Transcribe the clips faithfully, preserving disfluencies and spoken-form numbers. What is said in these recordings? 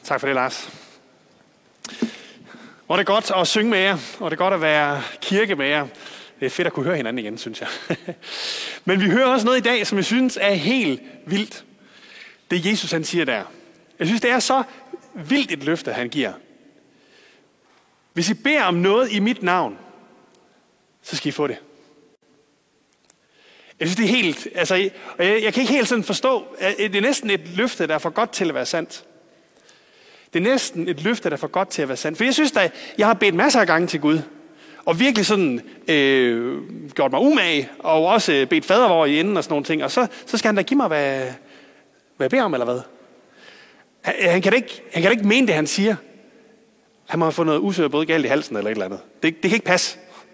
Tak for det, Lars. Og det er godt at synge med jer, og det er godt at være kirke med jer. Det er fedt at kunne høre hinanden igen, synes jeg. Men vi hører også noget i dag, som jeg synes er helt vildt. Det Jesus, han siger der. Jeg synes, det er så vildt et løfte, han giver. Hvis I beder om noget i mit navn, så skal I få det. Jeg synes, det er helt... Altså, jeg, jeg kan ikke helt sådan forstå... Det er næsten et løfte, der er for godt til at være sandt. Det er næsten et løfte, der er for godt til at være sandt. For jeg synes, at jeg har bedt masser af gange til Gud. Og virkelig sådan øh, gjort mig umage. Og også bedt fadervor i enden og sådan nogle ting. Og så, så skal han da give mig, hvad, hvad jeg beder om, eller hvad? Han, han, kan da ikke, han kan da ikke mene det, han siger. Han må have fået noget usøgt både galt i halsen eller et eller andet. Det, det kan ikke passe.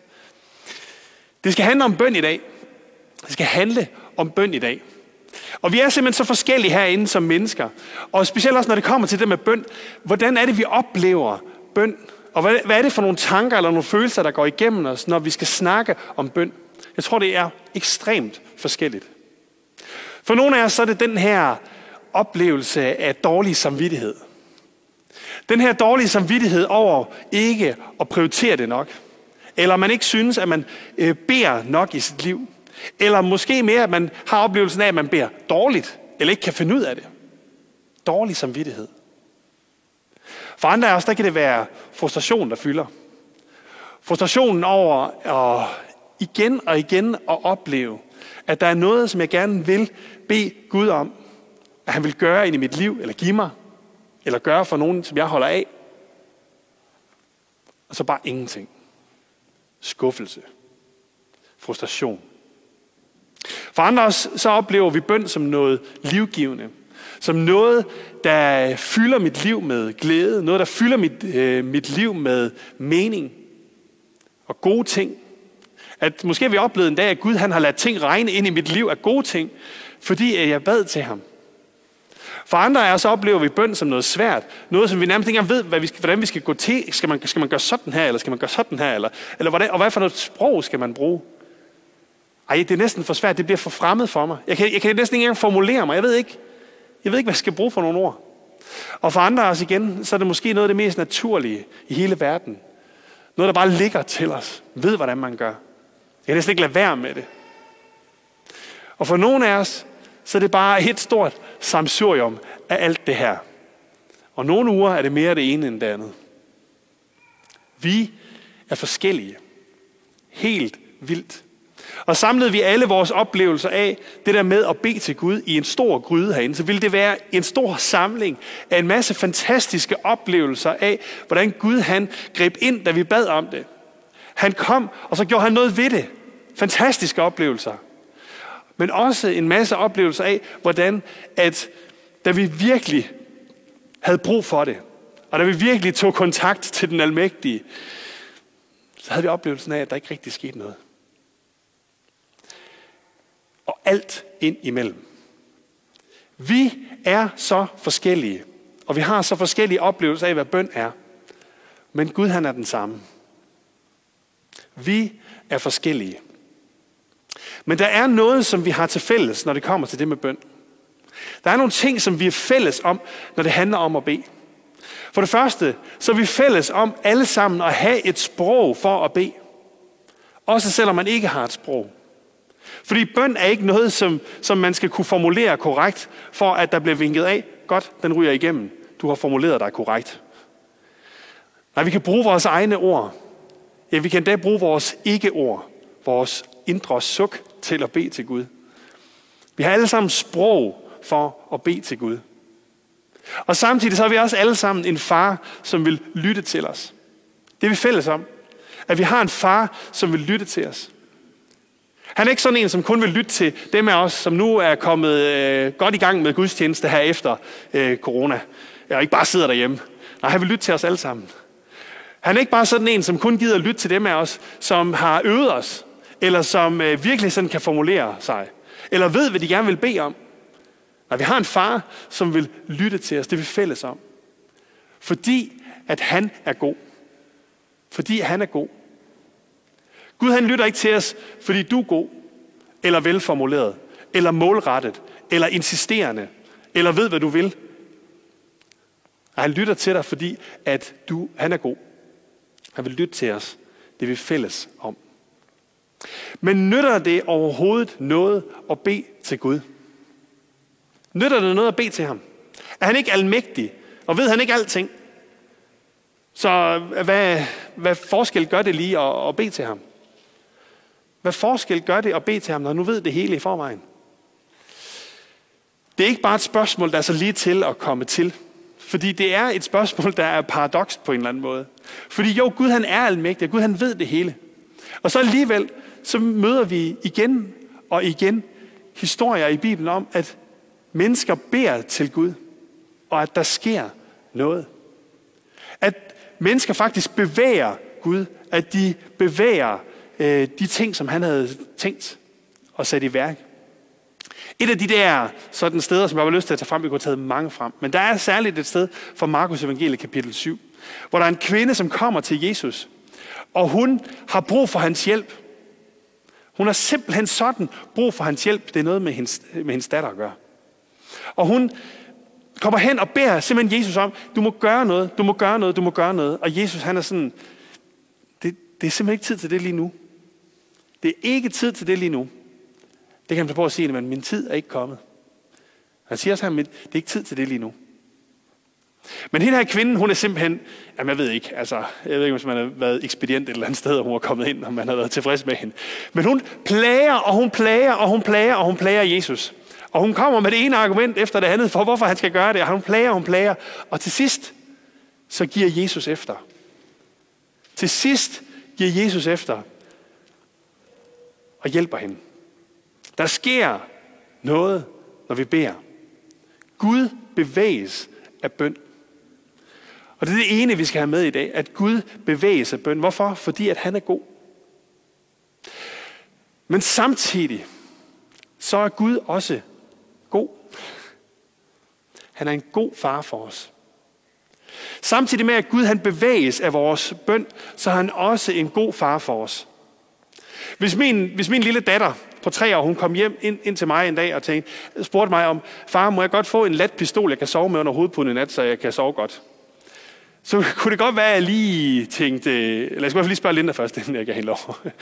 Det skal handle om bøn i dag. Det skal handle om bøn i dag. Og vi er simpelthen så forskellige herinde som mennesker. Og specielt også, når det kommer til det med bøn. Hvordan er det, vi oplever bøn? Og hvad, hvad er det for nogle tanker eller nogle følelser, der går igennem os, når vi skal snakke om bøn? Jeg tror, det er ekstremt forskelligt. For nogle af os, så er det den her oplevelse af dårlig samvittighed. Den her dårlige samvittighed over ikke at prioritere det nok. Eller man ikke synes, at man øh, beder nok i sit liv. Eller måske mere, at man har oplevelsen af, at man beder dårligt, eller ikke kan finde ud af det. Dårlig samvittighed. For andre af os, der kan det være frustration, der fylder. Frustrationen over at igen og igen at opleve, at der er noget, som jeg gerne vil bede Gud om, at han vil gøre ind i mit liv, eller give mig, eller gøre for nogen, som jeg holder af. Og så bare ingenting. Skuffelse. Frustration. For andre så oplever vi bøn som noget livgivende. Som noget, der fylder mit liv med glæde. Noget, der fylder mit, øh, mit liv med mening. Og gode ting. At måske har vi oplevet en dag, at Gud han har ladet ting regne ind i mit liv af gode ting. Fordi jeg bad til ham. For andre af os oplever vi bøn som noget svært. Noget, som vi nærmest ikke engang ved, hvad vi skal, hvordan vi skal gå til. Skal man, skal man gøre sådan her, eller skal man gøre sådan her? Eller, eller hvordan, og hvad for noget sprog skal man bruge? Ej, det er næsten for svært. Det bliver for fremmed for mig. Jeg kan, jeg kan næsten ikke engang formulere mig. Jeg ved ikke, jeg ved ikke, hvad jeg skal bruge for nogle ord. Og for andre af os igen, så er det måske noget af det mest naturlige i hele verden. Noget, der bare ligger til os. Ved, hvordan man gør. Jeg kan næsten ikke lade være med det. Og for nogle af os, så er det bare et stort sammensurium af alt det her. Og nogle uger er det mere det ene end det andet. Vi er forskellige. Helt vildt. Og samlede vi alle vores oplevelser af det der med at bede til Gud i en stor gryde herinde, så ville det være en stor samling af en masse fantastiske oplevelser af, hvordan Gud han greb ind, da vi bad om det. Han kom, og så gjorde han noget ved det. Fantastiske oplevelser. Men også en masse oplevelser af, hvordan at da vi virkelig havde brug for det, og da vi virkelig tog kontakt til den almægtige, så havde vi oplevelsen af, at der ikke rigtig skete noget. Og alt ind imellem. Vi er så forskellige, og vi har så forskellige oplevelser af, hvad bøn er. Men Gud han er den samme. Vi er forskellige. Men der er noget, som vi har til fælles, når det kommer til det med bøn. Der er nogle ting, som vi er fælles om, når det handler om at bede. For det første, så er vi fælles om alle sammen at have et sprog for at bede. Også selvom man ikke har et sprog. Fordi bøn er ikke noget, som, som man skal kunne formulere korrekt, for at der bliver vinket af. Godt, den ryger igennem. Du har formuleret dig korrekt. Nej, vi kan bruge vores egne ord. Ja, vi kan endda bruge vores ikke-ord. Vores indre suk til at bede til Gud. Vi har alle sammen sprog for at bede til Gud. Og samtidig så har vi også alle sammen en far, som vil lytte til os. Det er vi fælles om. At vi har en far, som vil lytte til os. Han er ikke sådan en, som kun vil lytte til dem af os, som nu er kommet øh, godt i gang med gudstjeneste her efter øh, corona. Og ikke bare sidder derhjemme. Nej, han vil lytte til os alle sammen. Han er ikke bare sådan en, som kun gider lytte til dem af os, som har øvet os. Eller som øh, virkelig sådan kan formulere sig. Eller ved, hvad de gerne vil bede om. Nej, vi har en far, som vil lytte til os. Det er vi fælles om. Fordi at han er god. Fordi han er god. Gud han lytter ikke til os, fordi du er god, eller velformuleret, eller målrettet, eller insisterende, eller ved, hvad du vil. Og han lytter til dig, fordi at du, han er god. Han vil lytte til os. Det er vi fælles om. Men nytter det overhovedet noget at bede til Gud? Nytter det noget at bede til ham? Er han ikke almægtig? Og ved han ikke alting? Så hvad, hvad forskel gør det lige at, at bede til ham? Hvad forskel gør det at bede til ham, når nu ved det hele i forvejen? Det er ikke bare et spørgsmål, der er så lige til at komme til. Fordi det er et spørgsmål, der er paradokst på en eller anden måde. Fordi jo, Gud han er almægtig, Gud han ved det hele. Og så alligevel, så møder vi igen og igen historier i Bibelen om, at mennesker beder til Gud, og at der sker noget. At mennesker faktisk bevæger Gud, at de bevæger øh, de ting, som han havde tænkt og sat i værk. Et af de der sådan steder, som jeg har lyst til at tage frem, vi kunne have taget mange frem, men der er særligt et sted fra Markus evangeliet kapitel syv, hvor der er en kvinde, som kommer til Jesus, og hun har brug for hans hjælp. Hun har simpelthen sådan brug for hans hjælp. Det er noget med hendes, med hendes datter at gøre. Og hun kommer hen og beder simpelthen Jesus om, du må gøre noget, du må gøre noget, du må gøre noget. Og Jesus han er sådan, det, det er simpelthen ikke tid til det lige nu. Det er ikke tid til det lige nu. Det kan man prøve at sige, men min tid er ikke kommet. Han siger også, at det er ikke tid til det lige nu. Men hende her kvinde, hun er simpelthen, jamen jeg ved ikke, altså, jeg ved ikke, hvis man har været ekspedient et eller andet sted, og hun er kommet ind, og man har været tilfreds med hende. Men hun plager, og hun plager, og hun plager, og hun plager Jesus. Og hun kommer med det ene argument efter det andet, for hvorfor han skal gøre det, og hun plager, hun plager. Og til sidst, så giver Jesus efter. Til sidst giver Jesus efter, og hjælper hende. Der sker noget, når vi beder. Gud bevæges af bøn. Og det er det ene, vi skal have med i dag, at Gud bevæges af bøn. Hvorfor? Fordi at han er god. Men samtidig, så er Gud også god. Han er en god far for os. Samtidig med, at Gud han bevæges af vores bøn, så er han også en god far for os. Hvis min, hvis min lille datter på tre år, hun kom hjem ind, ind til mig en dag og tænkte, spurgte mig om, far, må jeg godt få en let pistol, jeg kan sove med under hovedpuden i nat, så jeg kan sove godt. Så kunne det godt være, at jeg lige tænkte, eller jeg skal i hvert fald lige spørge Linda først, inden jeg gav hende lov. Det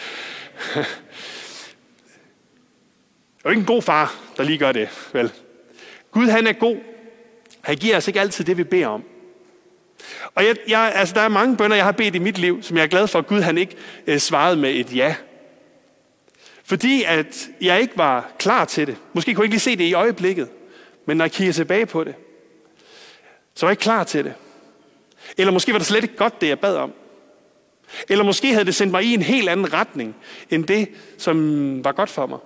er jo ikke en god far, der lige gør det, vel? Gud, han er god. Han giver os ikke altid det, vi beder om. Og jeg, jeg, altså, der er mange bønner, jeg har bedt i mit liv, som jeg er glad for, at Gud han ikke øh, svarede med et ja. Fordi at jeg ikke var klar til det. Måske kunne jeg ikke lige se det i øjeblikket. Men når jeg kigger tilbage på det, så var jeg ikke klar til det. Eller måske var det slet ikke godt, det jeg bad om. Eller måske havde det sendt mig i en helt anden retning, end det, som var godt for mig.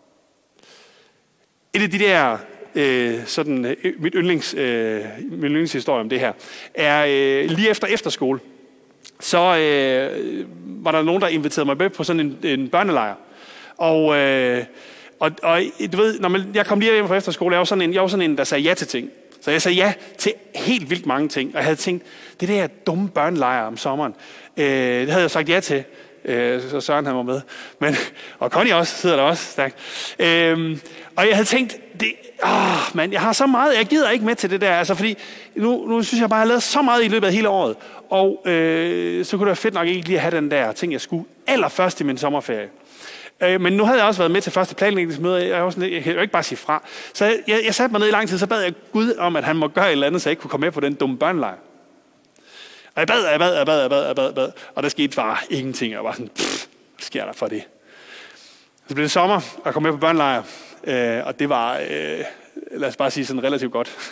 Et af de der, øh, sådan, øh, mit yndlings, øh, min yndlingshistorie om det her, er øh, lige efter efterskole, så øh, var der nogen, der inviterede mig med på sådan en, en børnelejr. Og, øh, og, og du ved, når man, jeg kom lige hjem fra efterskole, jeg var, sådan en, jeg var sådan en, der sagde ja til ting. Så jeg sagde ja til helt vildt mange ting. Og jeg havde tænkt, det der dumme børnelejr om sommeren, øh, det havde jeg sagt ja til. Øh, så Søren han var med. Men, og Connie også, sidder der også stærkt. Øh, og jeg havde tænkt, det, åh, man, jeg har så meget, jeg gider ikke med til det der. Altså, fordi nu, nu synes jeg bare, jeg har lavet så meget i løbet af hele året. Og øh, så kunne det være fedt nok ikke lige at have den der ting, jeg skulle allerførst i min sommerferie. Men nu havde jeg også været med til første planlægningsmøde, jeg, sådan, jeg kan jo ikke bare sige fra. Så jeg, jeg, jeg satte mig ned i lang tid, så bad jeg Gud om, at han må gøre et eller andet, så jeg ikke kunne komme med på den dumme børnelejr. Og jeg bad, jeg bad, jeg bad, jeg bad, jeg bad, jeg bad, og der skete bare ingenting. Jeg var sådan, pff, hvad sker der for det? Så blev det sommer, og jeg kom med på børnelejr, øh, og det var, øh, lad os bare sige sådan relativt godt.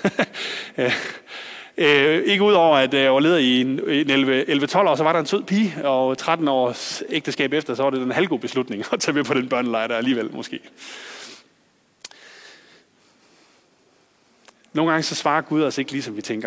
Øh, ikke ud over, at jeg var leder i en elleve tolv år, så var der en sød pige, og tretten års ægteskab efter, så var det en halvgod beslutning at tage med på den børnelejr der alligevel måske. Nogle gange så svarer Gud os ikke lige som vi tænker.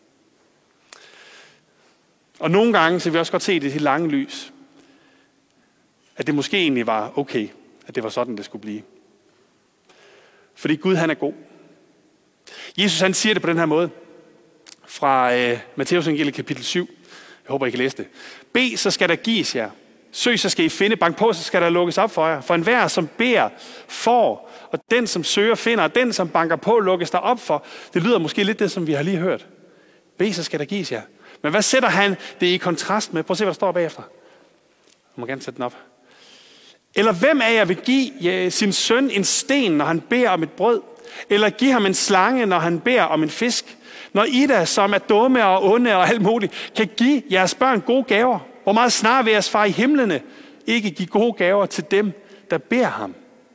Og nogle gange så vil vi også godt se det i lange lys, at det måske egentlig var okay, at det var sådan, det skulle blive. Fordi Gud han er god. Jesus han siger det på den her måde, fra øh, Matteus evangeliet kapitel syv. Jeg håber, I kan læse det. Bed, så skal der gives jer. Søg, så skal I finde. Bank på, så skal der lukkes op for jer. For enhver, som beder, får. Og den, som søger, finder. Og den, som banker på, lukkes der op for. Det lyder måske lidt det, som vi har lige hørt Bed, så skal der gives jer. Men hvad sætter han det i kontrast med? Prøv at se, hvad der står bagefter. Jeg må gerne sætte den op. Eller hvem af jer vil give ja, sin søn en sten, når han beder om et brød? Eller give ham en slange, når han beder om en fisk? Når I da, som er dumme og onde og alt muligt, kan give jeres børn gode gaver, hvor meget snarere vil jeres far i himlene ikke give gode gaver til dem, der beder ham?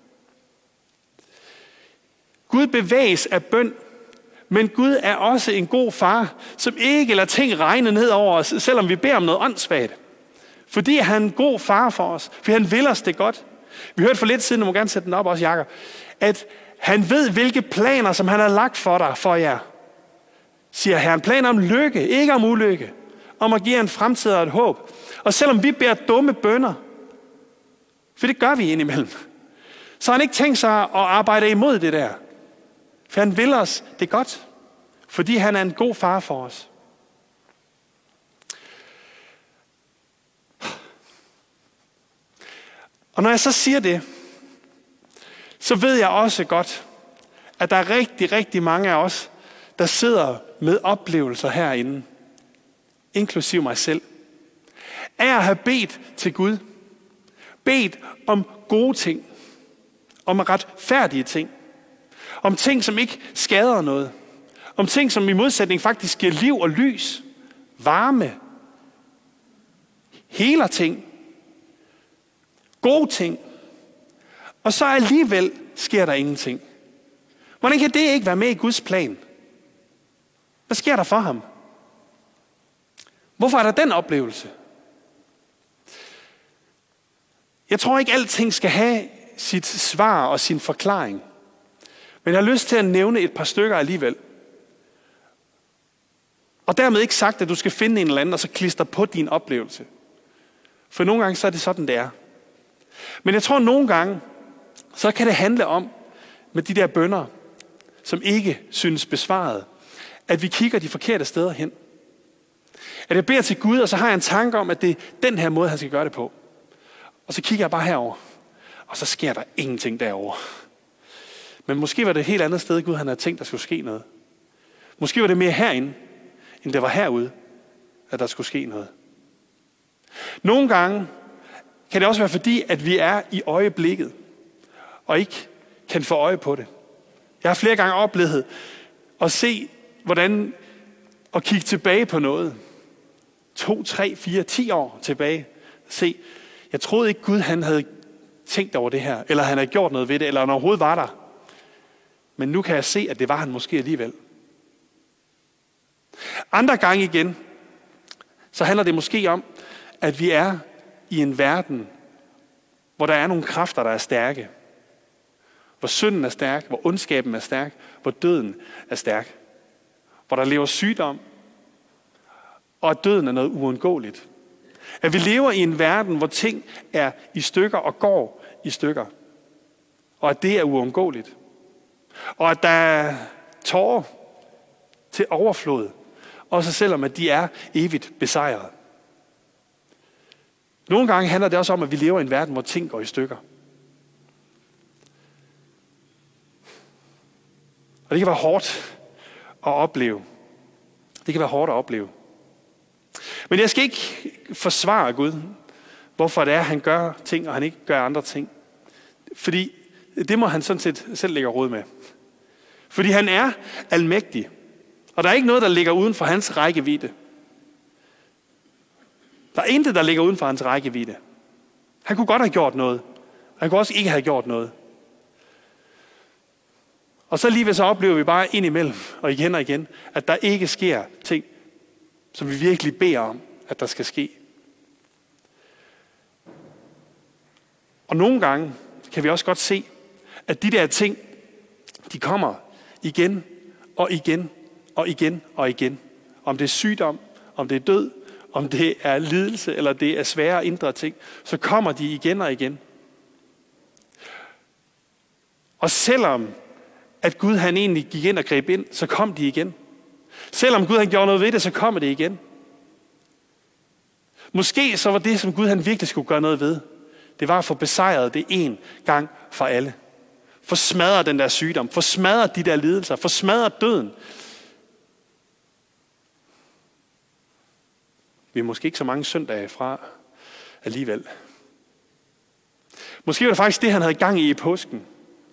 Gud bevæges af bøn, men Gud er også en god far, som ikke lader ting regne ned over os, selvom vi beder om noget åndssvagt. Fordi han er en god far for os, for han vil os det godt. Vi hørte for lidt siden, du må gerne sætte den op også, Jakob, at han ved, hvilke planer, som han har lagt for dig, for jer. Siger Herren, planer om lykke, ikke om ulykke, om at give jer en fremtid og et håb. Og selvom vi beder dumme bønner, for det gør vi indimellem, så har han ikke tænkt sig at arbejde imod det der. For han vil os det godt, fordi han er en god far for os. Og når jeg så siger det, så ved jeg også godt, at der er rigtig, rigtig mange af os, der sidder med oplevelser herinde, inklusive mig selv, af at have bedt til Gud. Bedt om gode ting, om retfærdige ting, om ting, som ikke skader noget, om ting, som i modsætning faktisk giver liv og lys, varme, heler ting, gode ting, og så alligevel sker der ingenting. Hvordan kan det ikke være med i Guds plan? Hvad sker der for ham? Hvorfor er der den oplevelse? Jeg tror ikke, alting skal have sit svar og sin forklaring. Men jeg har lyst til at nævne et par stykker alligevel. Og dermed ikke sagt, at du skal finde en eller anden, og så klister på din oplevelse. For nogle gange så er det sådan, det er. Men jeg tror, at nogle gange, så kan det handle om, med de der bønner, som ikke synes besvaret, at vi kigger de forkerte steder hen. At jeg beder til Gud, og så har jeg en tanke om, at det er den her måde, han skal gøre det på. Og så kigger jeg bare herover, og så sker der ingenting derovre. Men måske var det et helt andet sted, Gud han havde tænkt, der skulle ske noget. Måske var det mere herinde, end det var herude, at der skulle ske noget. Nogle gange kan det også være fordi, at vi er i øjeblikket, og ikke kan få øje på det. Jeg har flere gange oplevet at se, hvordan at kigge tilbage på noget. To, tre, fire, ti år tilbage. Se, jeg troede ikke Gud han havde tænkt over det her, eller han havde gjort noget ved det, eller han overhovedet var der. Men nu kan jeg se, at det var han måske alligevel. Andre gange igen, så handler det måske om, at vi er i en verden, hvor der er nogle kræfter, der er stærke. Hvor synden er stærk, hvor ondskaben er stærk, hvor døden er stærk. Hvor der lever sygdom, og at døden er noget uundgåeligt. At vi lever i en verden, hvor ting er i stykker og går i stykker. Og at det er uundgåeligt. Og at der er tårer til overflod, også selvom at de er evigt besejret. Nogle gange handler det også om, at vi lever i en verden, hvor ting går i stykker. Og det kan være hårdt at opleve. Det kan være hårdt at opleve. Men jeg skal ikke forsvare Gud, hvorfor det er, han gør ting, og han ikke gør andre ting. Fordi det må han sådan set selv lægge råd med. Fordi han er almægtig. Og der er ikke noget, der ligger uden for hans rækkevidde. Der er intet, der ligger uden for hans rækkevidde. Han kunne godt have gjort noget. Han kunne også ikke have gjort noget. Og så alligevel så oplever vi bare indimellem, og igen og igen, at der ikke sker ting, som vi virkelig beder om, at der skal ske. Og nogle gange kan vi også godt se, at de der ting, de kommer igen og igen og igen og igen. Om det er sygdom, om det er død, om det er lidelse, eller det er svære indre ting, så kommer de igen og igen. Og selvom at Gud han egentlig gik ind og greb ind, så kom de igen. Selvom Gud han gjorde noget ved det, så kommer det igen. Måske så var det, som Gud han virkelig skulle gøre noget ved, det var at få besejret det en gang for alle. Få smadret den der sygdom, få smadret de der lidelser, få smadret døden. Vi er måske ikke så mange søndage fra alligevel. Måske var det faktisk det, han havde gang i i påsken.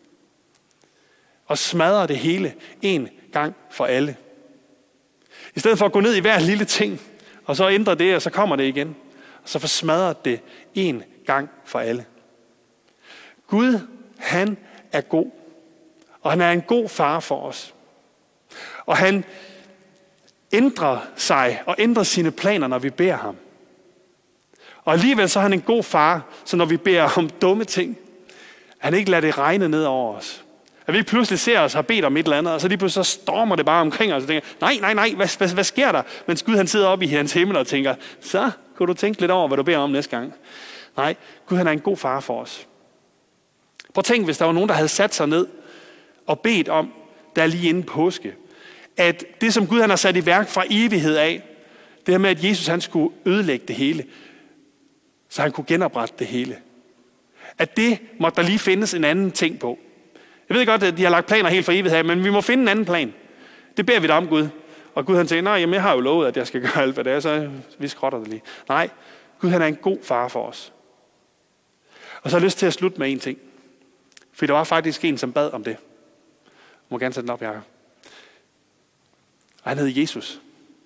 Og smadre det hele en gang for alle. I stedet for at gå ned i hver lille ting, og så ændre det, og så kommer det igen. Og så forsmadrer det en gang for alle. Gud, han er god. Og han er en god far for os. Og han ændrer sig og ændrer sine planer, når vi beder ham. Og alligevel så er han en god far, så når vi beder om dumme ting, han ikke lader det regne ned over os. At vi ikke pludselig ser os og har bedt om et eller andet, og så lige pludselig så stormer det bare omkring os og tænker, nej, nej, nej, hvad, hvad, hvad sker der? Mens Gud han sidder oppe i hans himmel og tænker, så kunne du tænke lidt over, hvad du beder om næste gang. Nej, Gud han er en god far for os. Prøv at tænk, hvis der var nogen, der havde sat sig ned og bedt om, der lige inden påske, at det, som Gud han har sat i værk fra evighed af, det her med, at Jesus han skulle ødelægge det hele, så han kunne genoprette det hele. At det måtte der lige findes en anden ting på. Jeg ved godt, at de har lagt planer helt for evighed, men vi må finde en anden plan. Det beder vi dig om, Gud. Og Gud han siger, nej, jamen, jeg har jo lovet, at jeg skal gøre alt, hvad det er, så vi skrotter det lige. Nej, Gud han er en god far for os. Og så har jeg lyst til at slutte med en ting. For der var faktisk en, som bad om det. Jeg må gerne sætte den op, Jacob. Og han hed Jesus.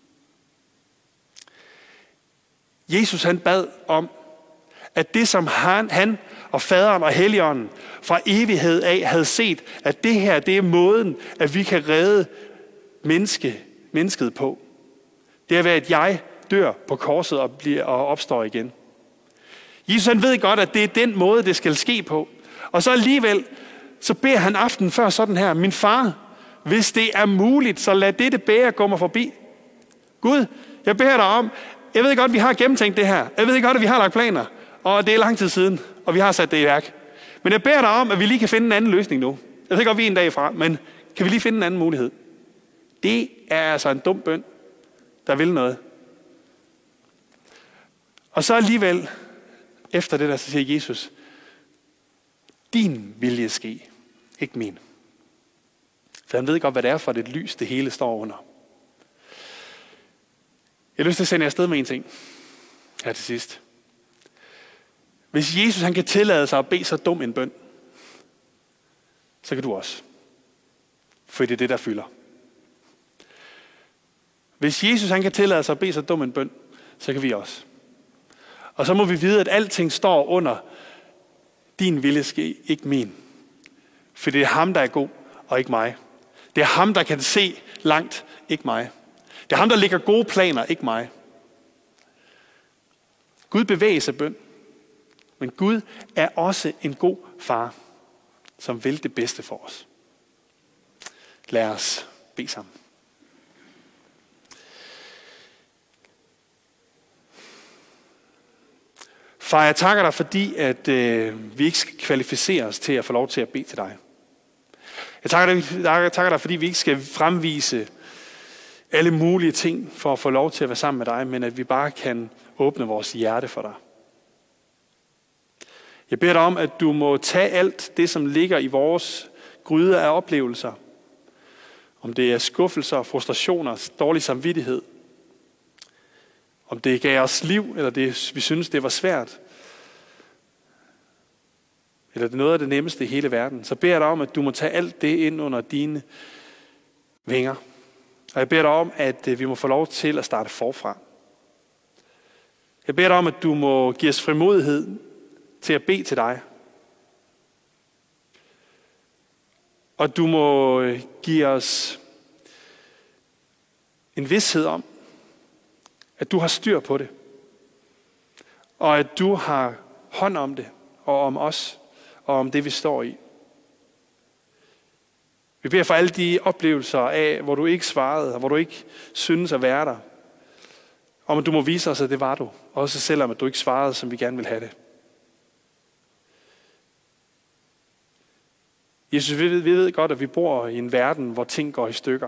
Jesus han bad om, at det som han, han og faderen og helligånden fra evighed af havde set, at det her, det er måden, at vi kan redde menneske, mennesket på. Det er ved, at jeg dør på korset og, bliver, og opstår igen. Jesus han ved godt, at det er den måde, det skal ske på. Og så alligevel, så beder han aften før sådan her, min far, hvis det er muligt, så lad dette bære gå mig forbi. Gud, jeg beder dig om, jeg ved godt, vi har gennemtænkt det her. Jeg ved godt, at vi har lagt planer, og det er lang tid siden, og vi har sat det i værk. Men jeg beder dig om, at vi lige kan finde en anden løsning nu. Jeg ved godt, vi er en dag fra, men kan vi lige finde en anden mulighed? Det er altså en dum bøn, der vil noget. Og så alligevel, efter det der, så siger Jesus, din vilje ske, ikke min. For han ved godt, hvad det er for et lys, det hele står under. Jeg har lyst til at sende jer afsted med en ting her til sidst. Hvis Jesus han kan tillade sig at bede så dum en bøn, så kan du også. For det er det, der fylder. Hvis Jesus han kan tillade sig at bede så dum en bøn, så kan vi også. Og så må vi vide, at alting står under din vilje ske, ikke min. For det er ham, der er god, og ikke mig. Det er ham, der kan se langt, ikke mig. Det er ham, der lægger gode planer, ikke mig. Gud bevæger sig bøn. Men Gud er også en god far, som vil det bedste for os. Lad os bede sammen. Far, jeg takker dig, fordi at, øh, vi ikke skal kvalificere os til at få lov til at bede til dig. Jeg takker dig, jeg takker dig, fordi vi ikke skal fremvise alle mulige ting for at få lov til at være sammen med dig, men at vi bare kan åbne vores hjerte for dig. Jeg beder dig om, at du må tage alt det, som ligger i vores gryde af oplevelser. Om det er skuffelser, frustrationer, dårlig samvittighed. Om det gav os liv, eller det, vi synes, det var svært. Eller det er noget af det nemmeste i hele verden. Så beder jeg dig om, at du må tage alt det ind under dine vinger. Og jeg beder dig om, at vi må få lov til at starte forfra. Jeg beder dig om, at du må give os frimodighed til at bede til dig. Og du må give os en vished om, at du har styr på det. Og at du har hånd om det, og om os, og om det vi står i. Vi beder for alle de oplevelser af, hvor du ikke svarede, og hvor du ikke synes at være der. Om at du må vise os, at det var du. Også selvom at du ikke svarede, som vi gerne vil have det. Jesus, vi ved, vi ved godt, at vi bor i en verden, hvor ting går i stykker.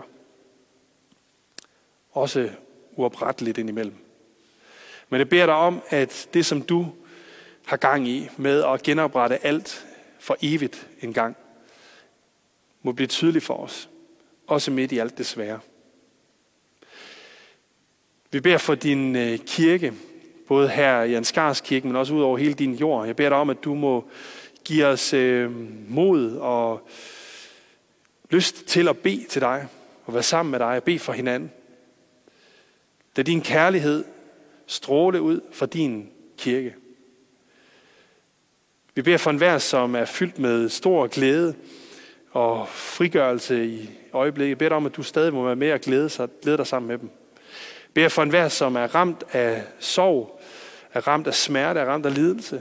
Også uopretteligt indimellem. Men jeg beder dig om, at det, som du har gang i med at genoprette alt for evigt en gang, må blive tydeligt for os. Også midt i alt det svære. Vi beder for din øh, kirke, både her i Ansgars kirke, men også ud over hele din jord. Jeg beder dig om, at du må give os øh, mod og lyst til at bede til dig, og være sammen med dig og bede for hinanden. Lad din kærlighed stråle ud fra din kirke. Vi beder for enhver, som er fyldt med stor glæde og frigørelse i øjeblikket. Jeg beder dig om, at du stadig må være med og glæde, sig, glæde dig sammen med dem. Jeg beder for enhver, som er ramt af sorg, er ramt af smerte, er ramt af lidelse.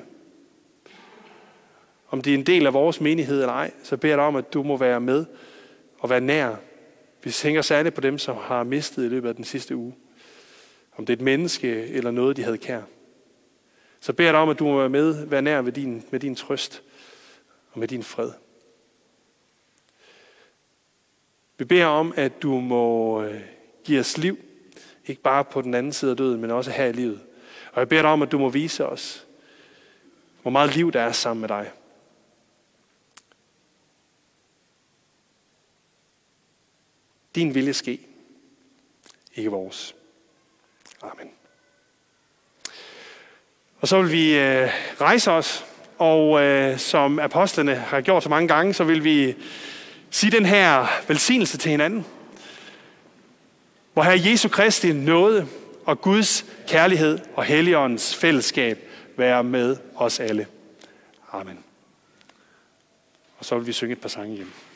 Om det er en del af vores menighed eller ej, så beder jeg dig om, at du må være med og være nær. Vi tænker særligt på dem, som har mistet i løbet af den sidste uge. Om det er et menneske eller noget, de havde kær. Så beder jeg dig om, at du må være med, være nær med din, med din trøst og med din fred. Vi beder om, at du må give os liv, ikke bare på den anden side af døden, men også her i livet. Og jeg beder dig om, at du må vise os, hvor meget liv der er sammen med dig. Din vilje ske, ikke vores. Amen. Og så vil vi øh, rejse os, og øh, som apostlene har gjort så mange gange, så vil vi sige den her velsignelse til hinanden. Hvor Herre Jesu Kristi nåde og Guds kærlighed og Helligåndens fællesskab være med os alle. Amen. Og så vil vi synge et par sange igen.